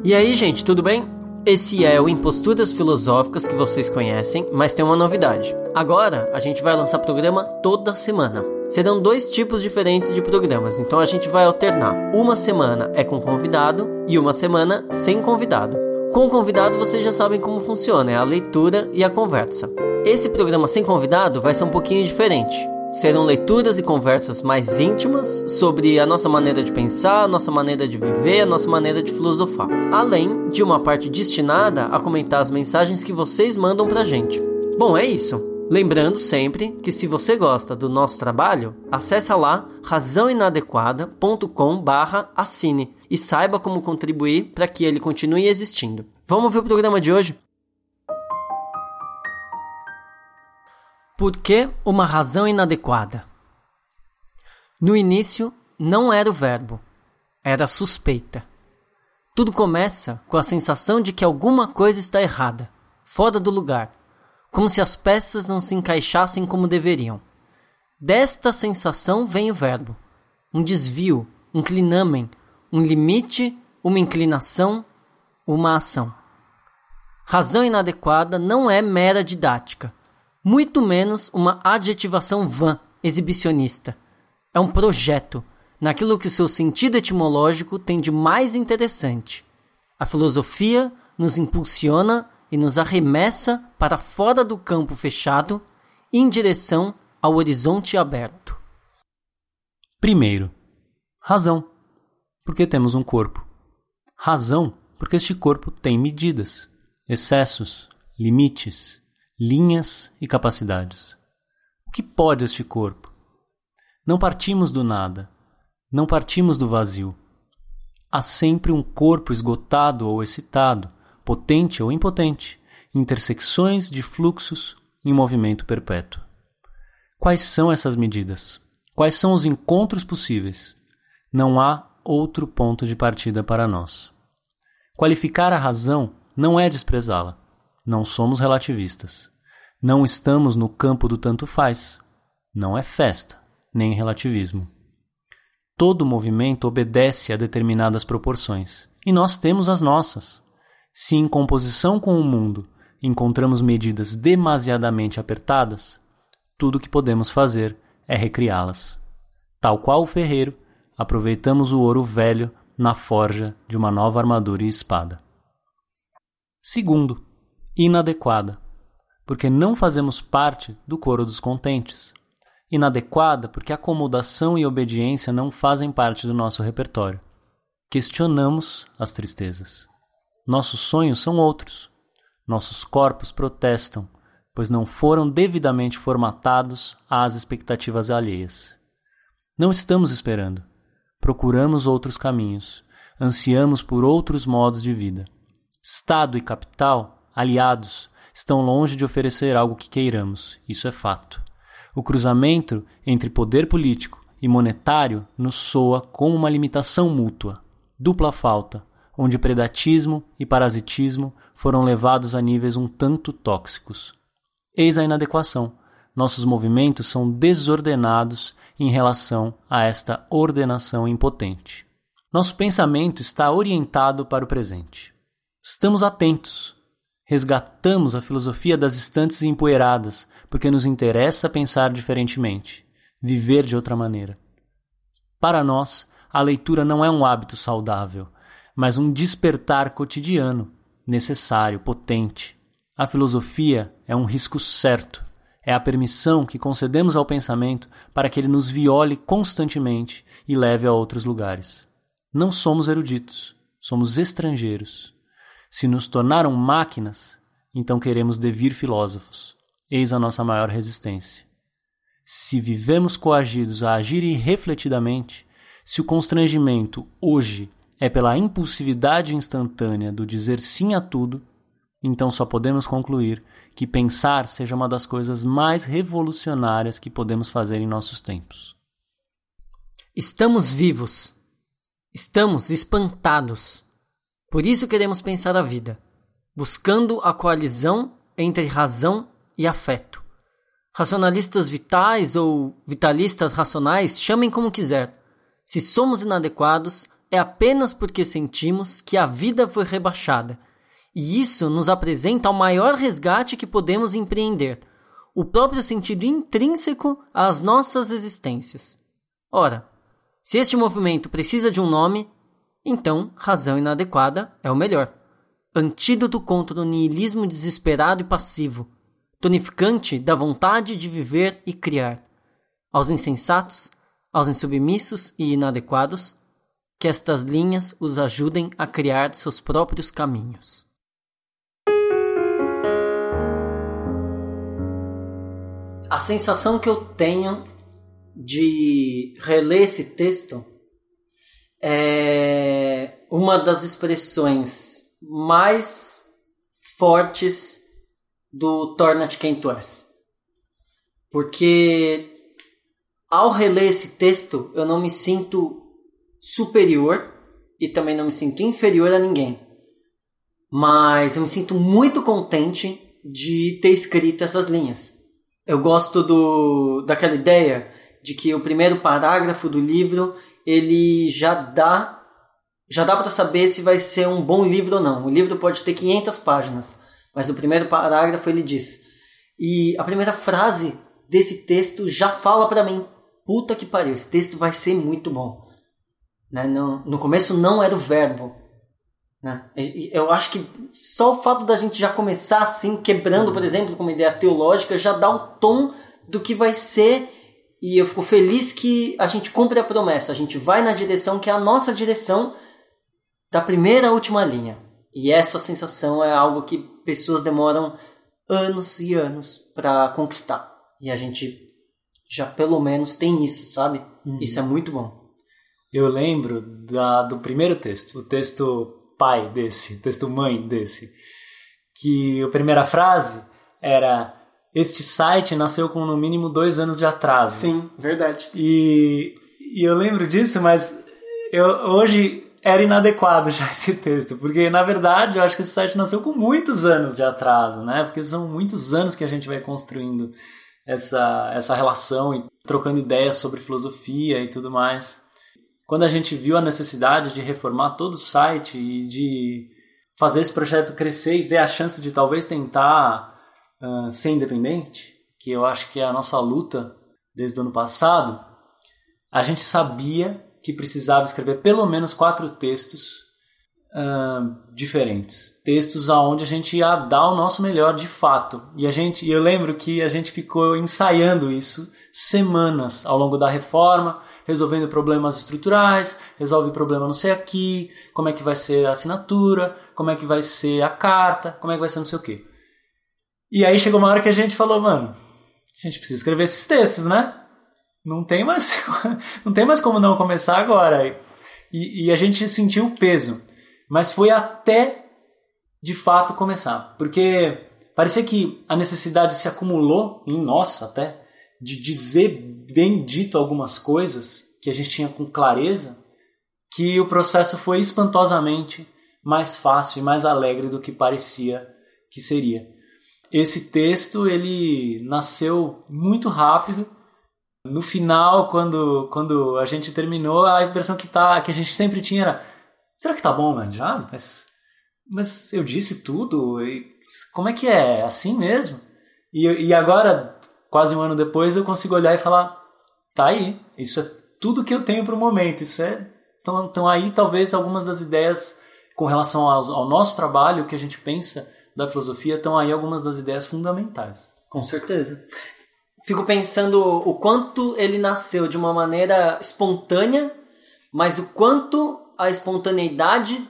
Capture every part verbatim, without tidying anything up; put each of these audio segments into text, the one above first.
E aí, gente, tudo bem? Esse é o Imposturas Filosóficas que vocês conhecem, mas tem uma novidade. Agora, a gente vai lançar programa toda semana. Serão dois tipos diferentes de programas, então a gente vai alternar. Uma semana é com convidado e uma semana sem convidado. Com o convidado, vocês já sabem como funciona, é a leitura e a conversa. Esse programa sem convidado vai ser um pouquinho diferente. Serão leituras e conversas mais íntimas sobre a nossa maneira de pensar, a nossa maneira de viver, a nossa maneira de filosofar. Além de uma parte destinada a comentar as mensagens que vocês mandam pra gente. Bom, é isso. Lembrando sempre que se você gosta do nosso trabalho, acesse lá razão inadequada ponto com barra assine e saiba como contribuir para que ele continue existindo. Vamos ver o programa de hoje? Por que uma razão inadequada? No início, não era o verbo, era a suspeita. Tudo começa com a sensação de que alguma coisa está errada, fora do lugar, como se as peças não se encaixassem como deveriam. Desta sensação vem o verbo, um desvio, um clinamen, um limite, uma inclinação, uma ação. Razão inadequada não é mera didática, muito menos uma adjetivação vã, exibicionista. É um projeto, naquilo que o seu sentido etimológico tem de mais interessante. A filosofia nos impulsiona e nos arremessa para fora do campo fechado, em direção ao horizonte aberto. Primeiro, razão, porque temos um corpo. Razão, porque este corpo tem medidas, excessos, limites, linhas e capacidades. O que pode este corpo? Não partimos do nada, não partimos do vazio. Há sempre um corpo esgotado ou excitado, potente ou impotente, intersecções de fluxos em movimento perpétuo. Quais são essas medidas? Quais são os encontros possíveis? Não há outro ponto de partida para nós. Qualificar a razão não é desprezá-la. Não somos relativistas. Não estamos no campo do tanto faz. Não é festa, nem relativismo. Todo movimento obedece a determinadas proporções, e nós temos as nossas. Se em composição com o mundo encontramos medidas demasiadamente apertadas, tudo o que podemos fazer é recriá-las. Tal qual o ferreiro, aproveitamos o ouro velho na forja de uma nova armadura e espada. Segundo, inadequada, porque não fazemos parte do coro dos contentes. Inadequada porque acomodação e obediência não fazem parte do nosso repertório. Questionamos as tristezas. Nossos sonhos são outros. Nossos corpos protestam, pois não foram devidamente formatados às expectativas alheias. Não estamos esperando. Procuramos outros caminhos. Ansiamos por outros modos de vida. Estado e capital, aliados, estão longe de oferecer algo que queiramos. Isso é fato. O cruzamento entre poder político e monetário nos soa como uma limitação mútua, dupla falta, onde predatismo e parasitismo foram levados a níveis um tanto tóxicos. Eis a inadequação. Nossos movimentos são desordenados em relação a esta ordenação impotente. Nosso pensamento está orientado para o presente. Estamos atentos. Resgatamos a filosofia das estantes empoeiradas, porque nos interessa pensar diferentemente, viver de outra maneira. Para nós, a leitura não é um hábito saudável, mas um despertar cotidiano, necessário, potente. A filosofia é um risco certo. É a permissão que concedemos ao pensamento para que ele nos viole constantemente e leve a outros lugares. Não somos eruditos, somos estrangeiros. Se nos tornaram máquinas, então queremos devir filósofos. Eis a nossa maior resistência. Se vivemos coagidos a agir irrefletidamente, se o constrangimento hoje é pela impulsividade instantânea do dizer sim a tudo, então só podemos concluir que pensar seja uma das coisas mais revolucionárias que podemos fazer em nossos tempos. Estamos vivos. Estamos espantados. Por isso queremos pensar a vida, buscando a coalizão entre razão e afeto. Racionalistas vitais ou vitalistas racionais, chamem como quiser. Se somos inadequados, é apenas porque sentimos que a vida foi rebaixada. E isso nos apresenta o maior resgate que podemos empreender, o próprio sentido intrínseco às nossas existências. Ora, se este movimento precisa de um nome, então razão inadequada é o melhor. Antídoto contra o niilismo desesperado e passivo, tonificante da vontade de viver e criar. Aos insensatos, aos insubmissos e inadequados, que estas linhas os ajudem a criar seus próprios caminhos. A sensação que eu tenho de reler esse texto é uma das expressões mais fortes do Torna-te Quem Tu És. Porque ao reler esse texto eu não me sinto superior e também não me sinto inferior a ninguém. Mas eu me sinto muito contente de ter escrito essas linhas. Eu gosto do, daquela ideia de que o primeiro parágrafo do livro ele já dá, já dá para saber se vai ser um bom livro ou não. O livro pode ter quinhentas páginas, mas o primeiro parágrafo ele diz. E a primeira frase desse texto já fala para mim, puta que pariu, esse texto vai ser muito bom. Né? No, no começo não era o verbo. Né? Eu acho que só o fato da gente já começar assim, quebrando, por exemplo, com uma ideia teológica, já dá o tom do que vai ser. E eu fico feliz que a gente cumpre a promessa. A gente vai na direção que é a nossa direção da primeira à última linha. E essa sensação é algo que pessoas demoram anos e anos para conquistar. E a gente já pelo menos tem isso, sabe? Uhum. Isso é muito bom. Eu lembro da, do primeiro texto, o texto pai desse, o texto mãe desse, que a primeira frase era: este site nasceu com no mínimo dois anos de atraso. Sim, verdade. E, e eu lembro disso, mas eu, hoje era inadequado já esse texto, porque na verdade eu acho que esse site nasceu com muitos anos de atraso, né? Porque são muitos anos que a gente vai construindo essa, essa relação e trocando ideias sobre filosofia e tudo mais. Quando a gente viu a necessidade de reformar todo o site e de fazer esse projeto crescer e ver a chance de talvez tentar uh, ser independente, que eu acho que é a nossa luta desde o ano passado, a gente sabia que precisava escrever pelo menos quatro textos uh, diferentes. Textos aonde a gente ia dar o nosso melhor de fato. E a gente, eu lembro que a gente ficou ensaiando isso semanas ao longo da reforma, resolvendo problemas estruturais, resolve problema não sei aqui, como é que vai ser a assinatura, como é que vai ser a carta, como é que vai ser não sei o quê. E aí chegou uma hora que a gente falou, mano, a gente precisa escrever esses textos, né? Não tem mais, não tem mais como não começar agora. E, e a gente sentiu o peso, mas foi até de fato começar, porque parecia que a necessidade se acumulou em nós até, de dizer bem dito algumas coisas que a gente tinha com clareza, que o processo foi espantosamente mais fácil e mais alegre do que parecia que seria. Esse texto ele nasceu muito rápido. No final, quando, quando a gente terminou, a impressão que, tá, que a gente sempre tinha era: será que tá bom, mano? Já? Mas, mas eu disse tudo? E como é que é? Assim mesmo? E, e agora, quase um ano depois, eu consigo olhar e falar: tá aí, isso é tudo que eu tenho para o momento. Isso é, então, então aí talvez algumas das ideias com relação ao, ao nosso trabalho, que a gente pensa da filosofia, estão aí algumas das ideias fundamentais. Com certeza. Fico pensando o quanto ele nasceu de uma maneira espontânea, mas o quanto a espontaneidade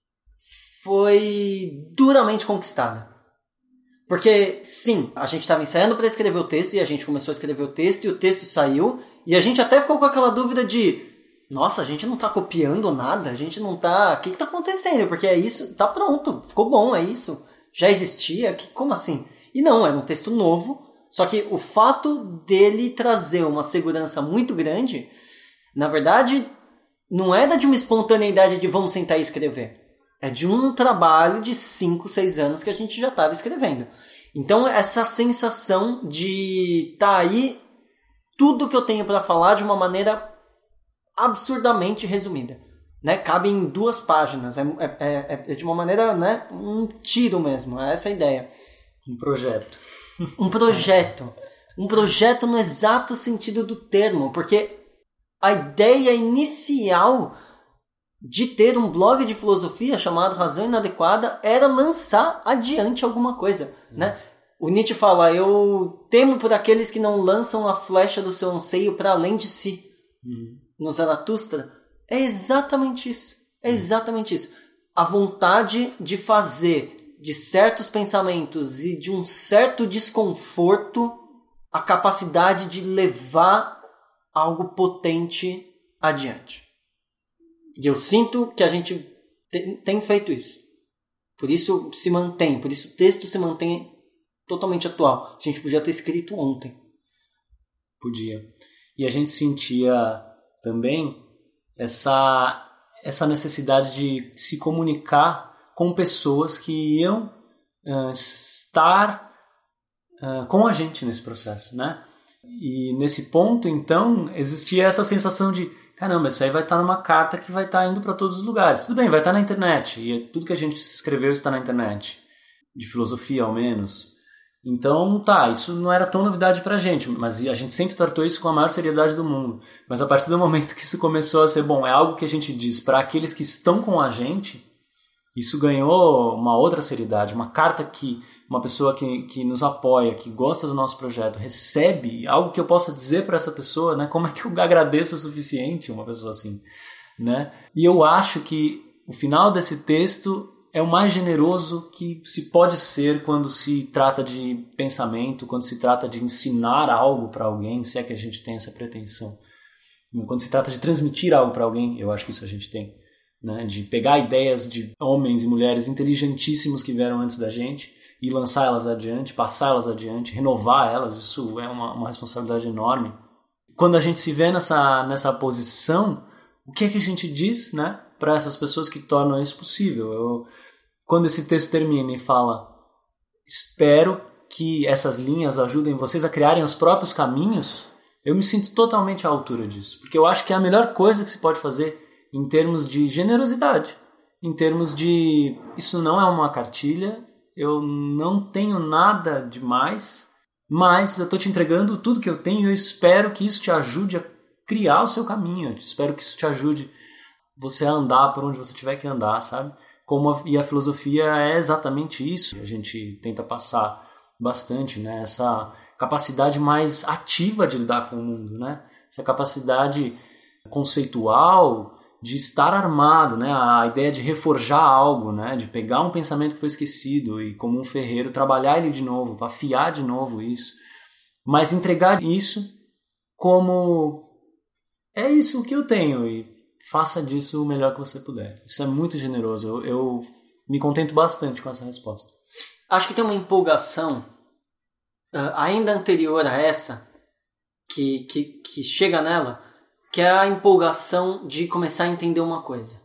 foi duramente conquistada. Porque, sim, a gente estava ensaiando para escrever o texto e a gente começou a escrever o texto e o texto saiu e a gente até ficou com aquela dúvida de: nossa, a gente não está copiando nada, a gente não está... O que está acontecendo? Porque é isso, tá pronto, ficou bom, é isso. Já existia? Que, como assim? E não, era um texto novo. Só que o fato dele trazer uma segurança muito grande, na verdade, não é de uma espontaneidade de vamos sentar e escrever. É de um trabalho de cinco, seis anos que a gente já estava escrevendo. Então, essa sensação de tá aí tudo que eu tenho para falar de uma maneira absurdamente resumida. né? Cabe em duas páginas. É, é, é de uma maneira, né? Um tiro mesmo. É essa a ideia. Um projeto. Um projeto. Um projeto no exato sentido do termo. Porque a ideia inicial de ter um blog de filosofia chamado Razão Inadequada era lançar adiante alguma coisa, hum. né? O Nietzsche fala, eu temo por aqueles que não lançam a flecha do seu anseio para além de si. Hum. No Zaratustra. É exatamente isso. É exatamente isso. A vontade de fazer de certos pensamentos e de um certo desconforto a capacidade de levar algo potente adiante. E eu sinto que a gente tem, tem feito isso. Por isso se mantém, por isso o texto se mantém totalmente atual. A gente podia ter escrito ontem. Podia. E a gente sentia também essa, essa necessidade de se comunicar com pessoas que iam uh, estar uh, com a gente nesse processo, né? E nesse ponto, então, existia essa sensação de caramba, isso aí vai estar numa carta que vai estar indo para todos os lugares. Tudo bem, vai estar na internet. E tudo que a gente escreveu está na internet. De filosofia, ao menos. Então, tá, isso não era tão novidade pra gente. Mas a gente sempre tratou isso com a maior seriedade do mundo. Mas a partir do momento que isso começou a ser, bom, é algo que a gente diz para aqueles que estão com a gente, isso ganhou uma outra seriedade. Uma carta que uma pessoa que, que nos apoia, que gosta do nosso projeto, recebe algo que eu possa dizer para essa pessoa, né? Como é que eu agradeço o suficiente uma pessoa assim, né? E eu acho que o final desse texto é o mais generoso que se pode ser quando se trata de pensamento, quando se trata de ensinar algo para alguém, se é que a gente tem essa pretensão. Quando se trata de transmitir algo para alguém, eu acho que isso a gente tem, né? De pegar ideias de homens e mulheres inteligentíssimos que vieram antes da gente e lançar elas adiante, passar elas adiante, renovar elas, isso é uma, uma responsabilidade enorme. Quando a gente se vê nessa, nessa posição, o que é que a gente diz, né, para essas pessoas que tornam isso possível? Eu, quando esse texto termina e fala, espero que essas linhas ajudem vocês a criarem os próprios caminhos, eu me sinto totalmente à altura disso, porque eu acho que é a melhor coisa que se pode fazer em termos de generosidade, em termos de, isso não é uma cartilha, eu não tenho nada demais, mas eu estou te entregando tudo que eu tenho e eu espero que isso te ajude a criar o seu caminho. Eu espero que isso te ajude você a andar por onde você tiver que andar, sabe? Como a, e a filosofia é exatamente isso. A gente tenta passar bastante, né? Essa capacidade mais ativa de lidar com o mundo, né? Essa capacidade conceitual de estar armado, né? A ideia de reforjar algo, né? De pegar um pensamento que foi esquecido e, como um ferreiro, trabalhar ele de novo, afiar de novo isso. Mas entregar isso como é isso que eu tenho e faça disso o melhor que você puder. Isso é muito generoso. Eu, eu me contento bastante com essa resposta. Acho que tem uma empolgação uh, ainda anterior a essa que, que, que chega nela, que é a empolgação de começar a entender uma coisa.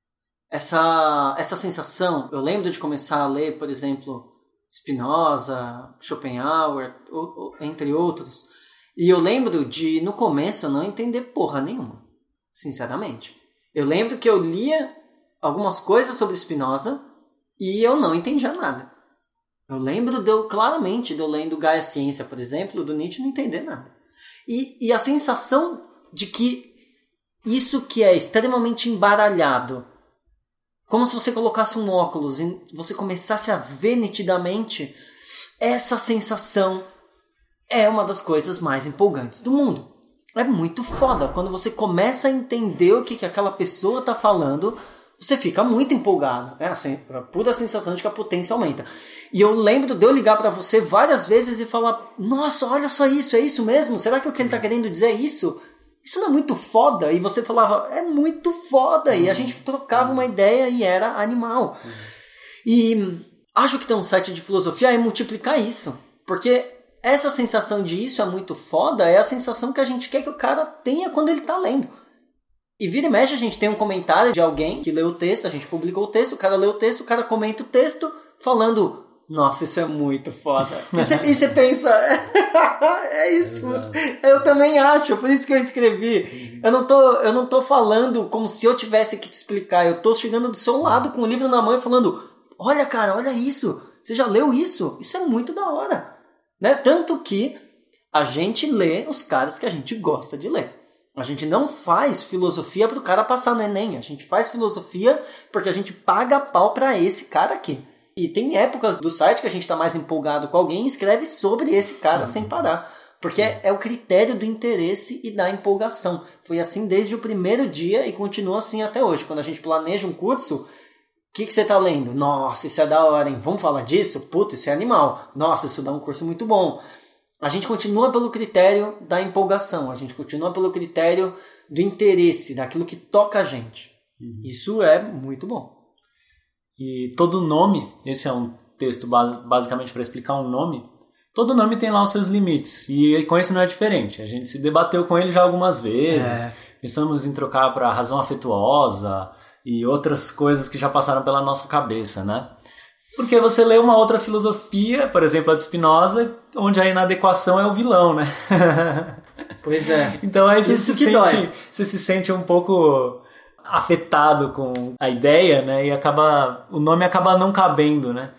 Essa, essa sensação, eu lembro de começar a ler, por exemplo, Spinoza, Schopenhauer, ou, ou, entre outros, e eu lembro de, no começo, eu não entender porra nenhuma, sinceramente. Eu lembro que eu lia algumas coisas sobre Spinoza e eu não entendia nada. Eu lembro de eu, claramente, de eu lendo Gaia Ciência, por exemplo, do Nietzsche, não entender nada. E, e a sensação de que isso que é extremamente embaralhado, como se você colocasse um óculos e você começasse a ver nitidamente, essa sensação é uma das coisas mais empolgantes do mundo. É muito foda. Quando você começa a entender o que, que aquela pessoa está falando, você fica muito empolgado. É a pura sensação de que a potência aumenta. E eu lembro de eu ligar para você várias vezes e falar, nossa, olha só isso, é isso mesmo? Será que o que ele está querendo dizer é isso? Isso não é muito foda? E você falava, é muito foda. E a gente trocava uma ideia e era animal. E acho que ter um site de filosofia é multiplicar isso. Porque essa sensação de isso é muito foda é a sensação que a gente quer que o cara tenha quando ele tá lendo. E vira e mexe a gente tem um comentário de alguém que leu o texto, a gente publicou o texto, o cara leu o texto, o cara comenta o texto falando, Nossa, isso é muito foda. E você pensa, é isso. Exato. Eu também acho, por isso que eu escrevi. Eu não tô, eu não tô falando como se eu tivesse que te explicar. Eu tô chegando do seu Sim. lado com o livro na mão e falando, olha, cara, olha isso. Você já leu isso? Isso é muito da hora. Né? Tanto que a gente lê os caras que a gente gosta de ler. A gente não faz filosofia pro cara passar no Enem. A gente faz filosofia porque a gente paga pau pra esse cara aqui. E tem épocas do site que a gente está mais empolgado com alguém e escreve sobre esse cara uhum. sem parar. Porque é, é o critério do interesse e da empolgação. Foi assim desde o primeiro dia e continua assim até hoje. Quando a gente planeja um curso, o que, que você está lendo? Nossa, isso é da hora, hein? Vamos falar disso? Puta, isso é animal. Nossa, isso dá um curso muito bom. A gente continua pelo critério da empolgação. A gente continua pelo critério do interesse, daquilo que toca a gente. Uhum. Isso é muito bom. E todo nome, esse é um texto basicamente para explicar um nome, todo nome tem lá os seus limites, e com esse não é diferente. A gente se debateu com ele já algumas vezes, é. pensamos em trocar para razão afetuosa e outras coisas que já passaram pela nossa cabeça, né? Porque você lê uma outra filosofia, por exemplo a de Spinoza, onde a inadequação é o vilão, né? Pois é. Então aí você, se sente, você se sente um pouco afetado com a ideia, né? E acaba, o nome acaba não cabendo, né?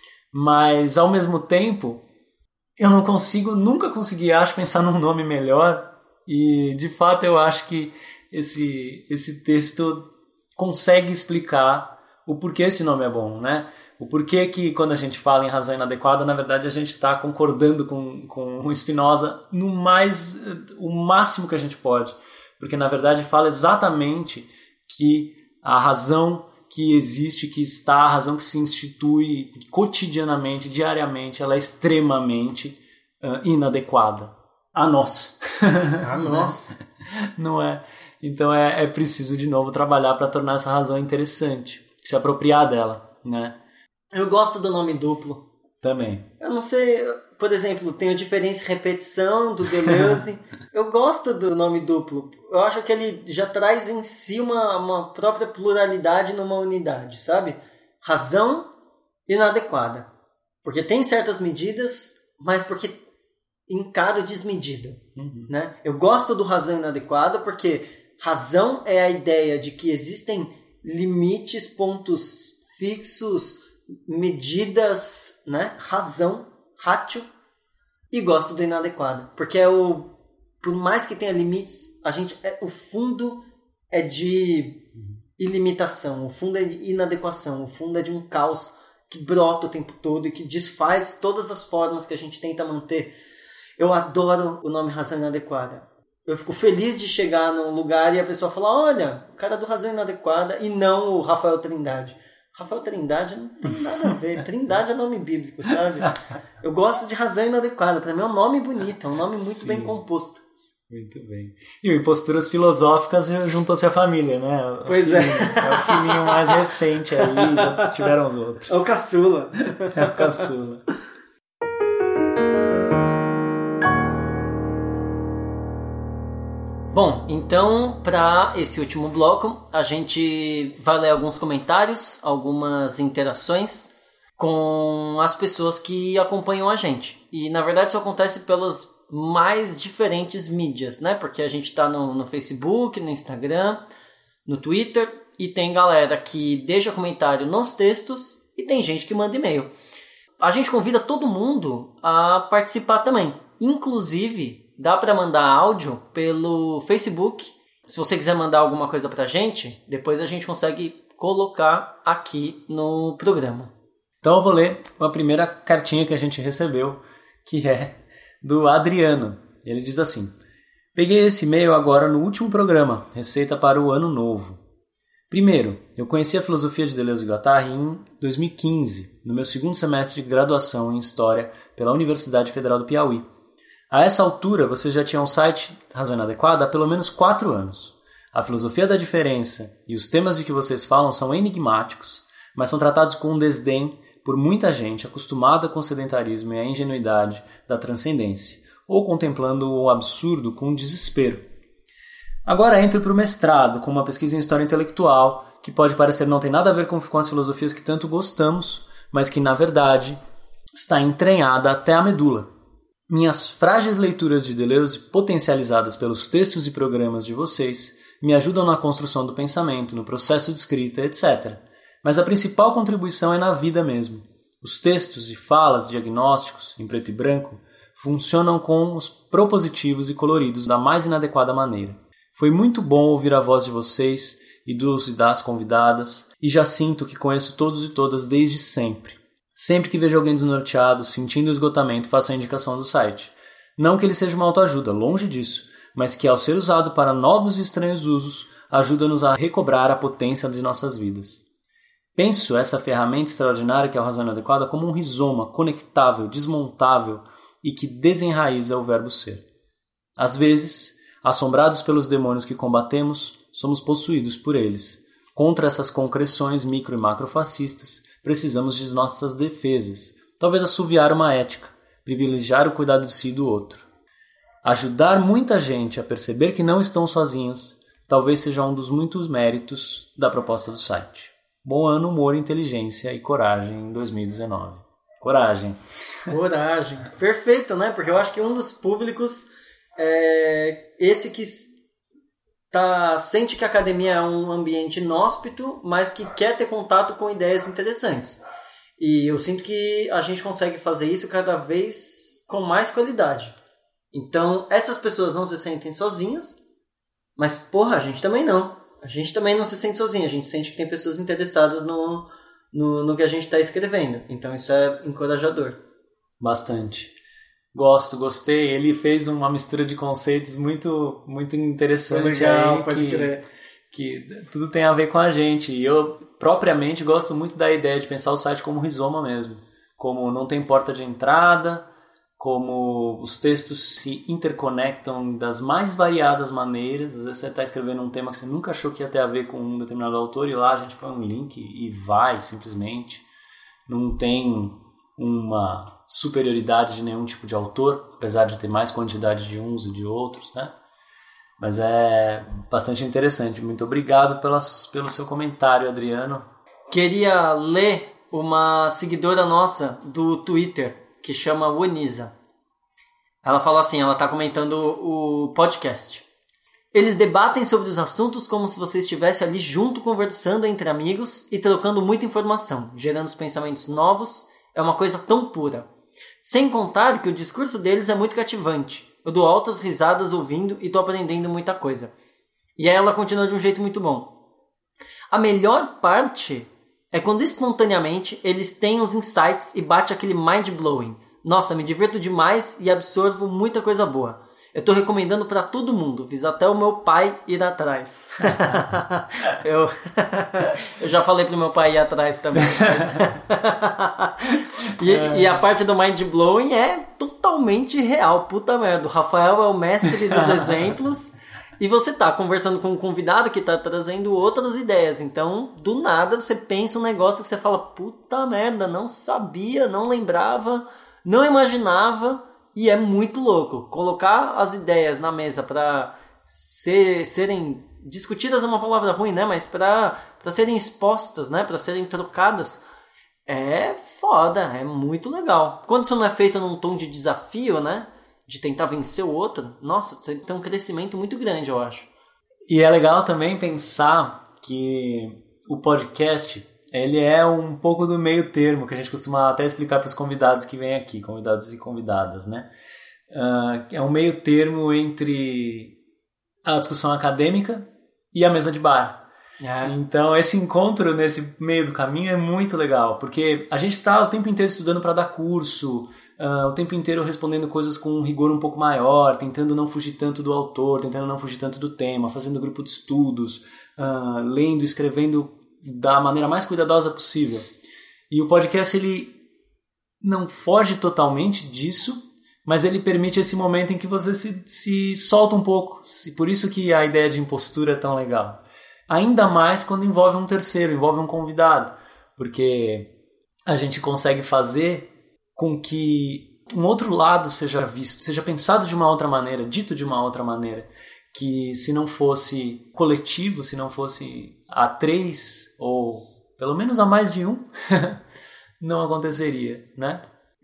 Mas ao mesmo tempo, eu não consigo, nunca consegui, acho, pensar num nome melhor. E de fato eu acho que esse, esse texto consegue explicar o porquê esse nome é bom, né? O porquê que quando a gente fala em razão inadequada, na verdade a gente está concordando com, com o Spinoza no mais, o máximo que a gente pode. Porque na verdade fala exatamente que a razão que existe, que está, a razão que se institui cotidianamente, diariamente, ela é extremamente uh, inadequada a nós. A nós. Não é? Então é, é preciso de novo trabalhar para tornar essa razão interessante, se apropriar dela, né? Eu gosto do nome duplo. Também. Eu não sei, por exemplo, tem a diferença e repetição do Deleuze. Eu gosto do nome duplo. Eu acho que ele já traz em si uma, uma própria pluralidade numa unidade, sabe? Razão inadequada. Porque tem certas medidas, mas porque encara o desmedido. Uhum. Né? Eu gosto do razão inadequada porque razão é a ideia de que existem limites, pontos fixos, medidas, né? Razão, ratio, e gosto do inadequado, porque é o, por mais que tenha limites, a gente, é, o fundo é de ilimitação, o fundo é de inadequação, o fundo é de um caos que brota o tempo todo e que desfaz todas as formas que a gente tenta manter. Eu adoro o nome razão inadequada. Eu fico feliz de chegar num lugar e a pessoa falar, olha, o cara do razão inadequada, e não o Rafael Trindade. Rafael Trindade não tem nada a ver. Trindade é nome bíblico, sabe? Eu gosto de razão inadequada. Para mim é um nome bonito, é um nome muito Sim. bem composto. Muito bem. E em posturas filosóficas juntou-se a família, né? Pois o é. É o filhinho mais recente aí, já tiveram os outros. É o caçula. É o caçula. Bom, então, para esse último bloco, a gente vai ler alguns comentários, algumas interações com as pessoas que acompanham a gente. E, na verdade, isso acontece pelas mais diferentes mídias, né? Porque a gente está no, no Facebook, no Instagram, no Twitter, e tem galera que deixa comentário nos textos e tem gente que manda e-mail. A gente convida todo mundo a participar também, inclusive... Dá para mandar áudio pelo Facebook. Se você quiser mandar alguma coisa pra gente, depois a gente consegue colocar aqui no programa. Então eu vou ler uma primeira cartinha que a gente recebeu, que é do Adriano. Ele diz assim: peguei esse e-mail agora no último programa, Receita para o Ano Novo. Primeiro, eu conheci a filosofia de Deleuze e Guattari em dois mil e quinze, no meu segundo semestre de graduação em História pela Universidade Federal do Piauí. A essa altura, você já tinha um site Razão Inadequada há pelo menos quatro anos. A filosofia da diferença e os temas de que vocês falam são enigmáticos, mas são tratados com um desdém por muita gente acostumada com o sedentarismo e a ingenuidade da transcendência, ou contemplando o absurdo com desespero. Agora entro para o mestrado, com uma pesquisa em História Intelectual, que pode parecer não ter nada a ver com, com as filosofias que tanto gostamos, mas que, na verdade, está entranhada até a medula. Minhas frágeis leituras de Deleuze, potencializadas pelos textos e programas de vocês, me ajudam na construção do pensamento, no processo de escrita, etcétera. Mas a principal contribuição é na vida mesmo. Os textos e falas diagnósticos, em preto e branco, funcionam com os propositivos e coloridos da mais inadequada maneira. Foi muito bom ouvir a voz de vocês e dos e das convidadas, e já sinto que conheço todos e todas desde sempre. Sempre que vejo alguém desnorteado, sentindo esgotamento, faço a indicação do site. Não que ele seja uma autoajuda, longe disso, mas que ao ser usado para novos e estranhos usos, ajuda-nos a recobrar a potência de nossas vidas. Penso essa ferramenta extraordinária que é o Razão Inadequada como um rizoma conectável, desmontável e que desenraiza o verbo ser. Às vezes, assombrados pelos demônios que combatemos, somos possuídos por eles. Contra essas concreções micro e macrofascistas, precisamos de nossas defesas, talvez assoviar uma ética, privilegiar o cuidado de si e do outro. Ajudar muita gente a perceber que não estão sozinhos, talvez seja um dos muitos méritos da proposta do site. Bom ano, humor, inteligência e coragem em dois mil e dezenove. Coragem. Coragem. Perfeito, né? Porque eu acho que um dos públicos é esse que tá, sente que a academia é um ambiente inóspito, mas que quer ter contato com ideias interessantes. E eu sinto que a gente consegue fazer isso cada vez com mais qualidade. Então, essas pessoas não se sentem sozinhas, mas, porra, a gente também não. A gente também não se sente sozinho. A gente sente que tem pessoas interessadas no, no, no que a gente está escrevendo. Então, isso é encorajador. Bastante. Gosto, gostei. Ele fez uma mistura de conceitos muito, muito interessante. Legal, aí, pode que, crer. Que tudo tem a ver com a gente. E eu, propriamente, gosto muito da ideia de pensar o site como rizoma mesmo. Como não tem porta de entrada, como os textos se interconectam das mais variadas maneiras. Às vezes você está escrevendo um tema que você nunca achou que ia ter a ver com um determinado autor e lá a gente põe um link e vai simplesmente. Não tem uma superioridade de nenhum tipo de autor, apesar de ter mais quantidade de uns e de outros, né? Mas é bastante interessante. Muito obrigado pelas, pelo seu comentário, Adriano. Queria ler uma seguidora nossa do Twitter, que chama Wonisa. Ela fala assim, ela está comentando o podcast. Eles debatem sobre os assuntos como se você estivesse ali junto, conversando entre amigos e trocando muita informação, gerando os pensamentos novos. É uma coisa tão pura. Sem contar que o discurso deles é muito cativante. Eu dou altas risadas ouvindo e estou aprendendo muita coisa. E aí ela continua de um jeito muito bom. A melhor parte é quando espontaneamente eles têm os insights e bate aquele mind-blowing. Nossa, me divirto demais e absorvo muita coisa boa. Eu estou recomendando para todo mundo. Fiz até o meu pai ir atrás. eu, eu já falei pro meu pai ir atrás também. e, e a parte do mind-blowing é totalmente real. Puta merda. O Rafael é o mestre dos exemplos. E você tá conversando com um convidado que tá trazendo outras ideias. Então, do nada, você pensa um negócio que você fala, puta merda, não sabia, não lembrava, não imaginava. E é muito louco. Colocar as ideias na mesa para ser, serem discutidas é uma palavra ruim, né? Mas para serem expostas, né? Para serem trocadas, é foda, é muito legal. Quando isso não é feito num tom de desafio, né? De tentar vencer o outro, nossa, tem um crescimento muito grande, eu acho. E é legal também pensar que o podcast, ele é um pouco do meio termo, que a gente costuma até explicar para os convidados que vêm aqui, convidados e convidadas, né? Uh, é um meio termo entre a discussão acadêmica e a mesa de bar. É. Então, esse encontro nesse meio do caminho é muito legal, porque a gente está o tempo inteiro estudando para dar curso, Uh, o tempo inteiro respondendo coisas com um rigor um pouco maior, tentando não fugir tanto do autor, tentando não fugir tanto do tema, fazendo grupo de estudos, uh, lendo, escrevendo da maneira mais cuidadosa possível. E o podcast, ele não foge totalmente disso, mas ele permite esse momento em que você se, se solta um pouco. E por isso que a ideia de impostura é tão legal. Ainda mais quando envolve um terceiro, envolve um convidado, porque a gente consegue fazer com que um outro lado seja visto, seja pensado de uma outra maneira, dito de uma outra maneira, que se não fosse coletivo, se não fosse a três, ou pelo menos a mais de um, não aconteceria, né?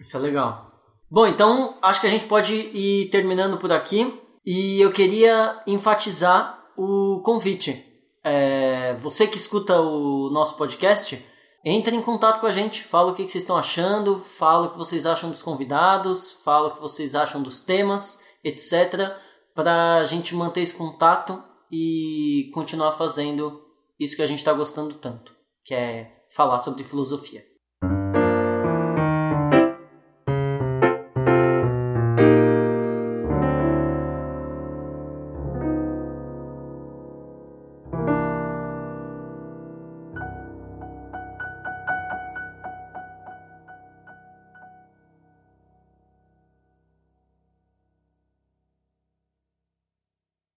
Isso é legal. Bom, então acho que a gente pode ir terminando por aqui e eu queria enfatizar o convite. É, você que escuta o nosso podcast, entre em contato com a gente, fala o que vocês estão achando, fala o que vocês acham dos convidados, fala o que vocês acham dos temas, etcétera, para a gente manter esse contato e continuar fazendo isso que a gente está gostando tanto, que é falar sobre filosofia.